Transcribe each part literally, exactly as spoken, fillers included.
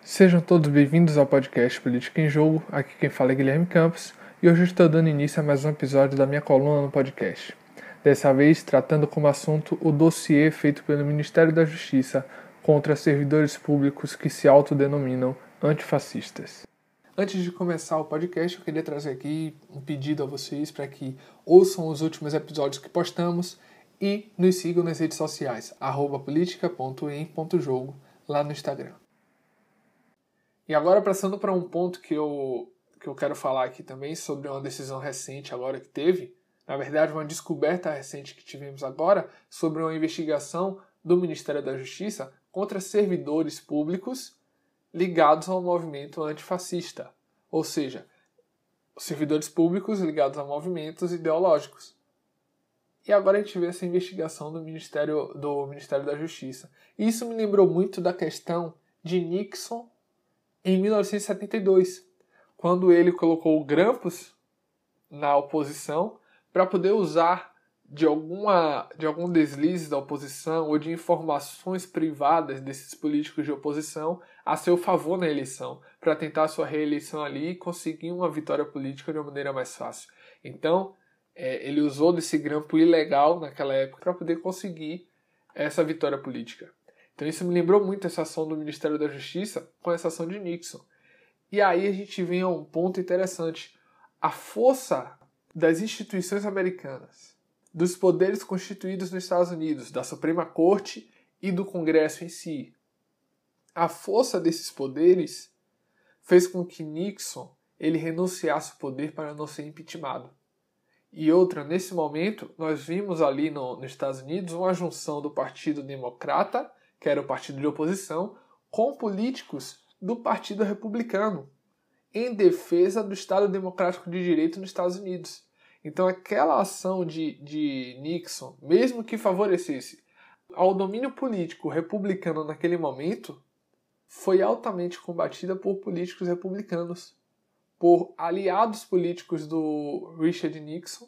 Sejam todos bem-vindos ao podcast Política em Jogo. Aqui quem fala é Guilherme Campos e hoje estou dando início a mais um episódio da minha coluna no podcast. Dessa vez tratando como assunto o dossiê feito pelo Ministério da Justiça contra servidores públicos que se autodenominam antifascistas. Antes de começar o podcast, eu queria trazer aqui um pedido a vocês para que ouçam os últimos episódios que postamos e nos sigam nas redes sociais, arroba politica ponto em ponto jogo, lá no Instagram. E agora passando para um ponto que eu, que eu quero falar aqui também sobre uma decisão recente agora que teve, na verdade uma descoberta recente que tivemos agora sobre uma investigação do Ministério da Justiça contra servidores públicos ligados ao movimento antifascista, ou seja, servidores públicos ligados a movimentos ideológicos. E agora a gente vê essa investigação do Ministério, do Ministério da Justiça. E isso me lembrou muito da questão de Nixon em mil novecentos e setenta e dois, quando ele colocou o Grampus na oposição para poder usar de, alguma, de algum deslize da oposição ou de informações privadas desses políticos de oposição a seu favor na eleição, para tentar sua reeleição ali e conseguir uma vitória política de uma maneira mais fácil. Então, é, ele usou desse grampo ilegal naquela época para poder conseguir essa vitória política. Então isso me lembrou muito essa ação do Ministério da Justiça com essa ação de Nixon. E aí a gente vem a um ponto interessante. A força das instituições americanas, dos poderes constituídos nos Estados Unidos, da Suprema Corte e do Congresso em si. A força desses poderes fez com que Nixon ele renunciasse ao poder para não ser impeachmentado. E outra, nesse momento, nós vimos ali no, nos Estados Unidos uma junção do Partido Democrata, que era o partido de oposição, com políticos do Partido Republicano, em defesa do Estado Democrático de Direito nos Estados Unidos. Então aquela ação de, de Nixon, mesmo que favorecesse ao domínio político republicano naquele momento, foi altamente combatida por políticos republicanos, por aliados políticos do Richard Nixon,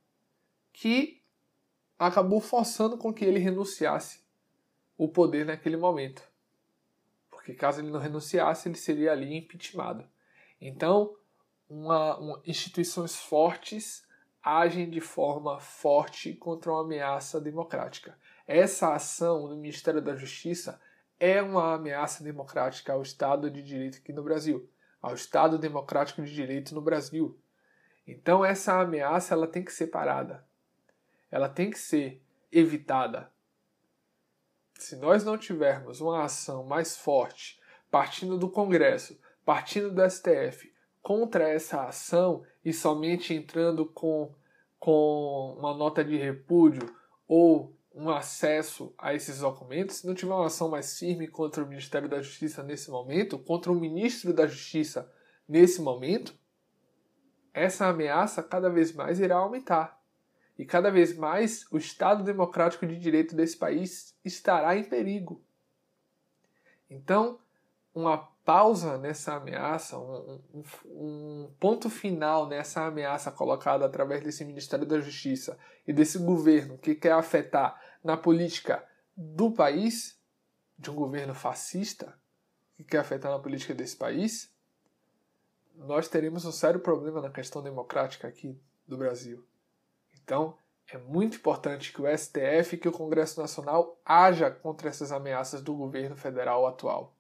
que acabou forçando com que ele renunciasse o poder naquele momento. Porque caso ele não renunciasse, ele seria ali impeachmentado. Então, uma, uma, instituições fortes agem de forma forte contra uma ameaça democrática. Essa ação do Ministério da Justiça é uma ameaça democrática ao Estado de Direito aqui no Brasil, ao Estado Democrático de Direito no Brasil. Então, essa ameaça ela tem que ser parada. Ela tem que ser evitada. Se nós não tivermos uma ação mais forte, partindo do Congresso, partindo do S T F, contra essa ação e somente entrando com, com uma nota de repúdio ou um acesso a esses documentos, se não tiver uma ação mais firme contra o Ministério da Justiça nesse momento, contra o Ministro da Justiça nesse momento, essa ameaça cada vez mais irá aumentar. E cada vez mais o Estado Democrático de Direito desse país estará em perigo. Então, uma pausa nessa ameaça, um, um, um ponto final nessa ameaça colocada através desse Ministério da Justiça e desse governo que quer afetar na política do país, de um governo fascista, que quer afetar na política desse país, nós teremos um sério problema na questão democrática aqui do Brasil. Então, é muito importante que o S T F e que o Congresso Nacional haja contra essas ameaças do governo federal atual.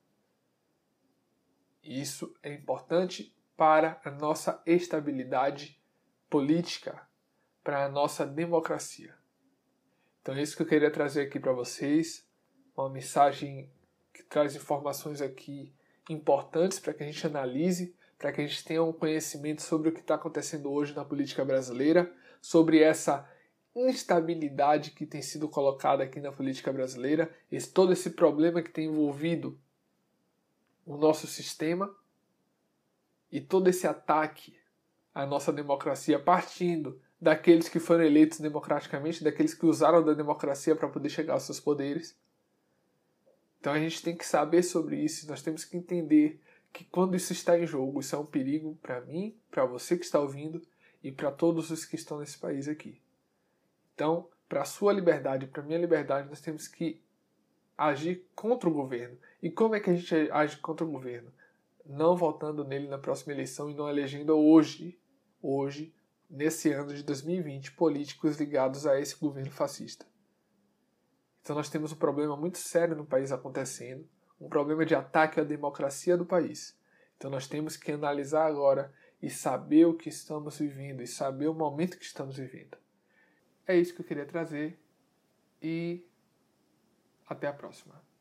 Isso é importante para a nossa estabilidade política, para a nossa democracia. Então é isso que eu queria trazer aqui para vocês, uma mensagem que traz informações aqui importantes para que a gente analise, para que a gente tenha um conhecimento sobre o que está acontecendo hoje na política brasileira, sobre essa instabilidade que tem sido colocada aqui na política brasileira, esse, todo esse problema que tem envolvido o nosso sistema e todo esse ataque à nossa democracia partindo daqueles que foram eleitos democraticamente, daqueles que usaram da democracia para poder chegar aos seus poderes. Então a gente tem que saber sobre isso, nós temos que entender que quando isso está em jogo, isso é um perigo para mim, para você que está ouvindo e para todos os que estão nesse país aqui. Então, para a sua liberdade, para a minha liberdade, nós temos que agir contra o governo. E como é que a gente age contra o governo? Não votando nele na próxima eleição e não elegendo hoje, hoje, nesse ano de dois mil e vinte, políticos ligados a esse governo fascista. Então nós temos um problema muito sério no país acontecendo, um problema de ataque à democracia do país. Então nós temos que analisar agora e saber o que estamos vivendo e saber o momento que estamos vivendo. É isso que eu queria trazer e até a próxima.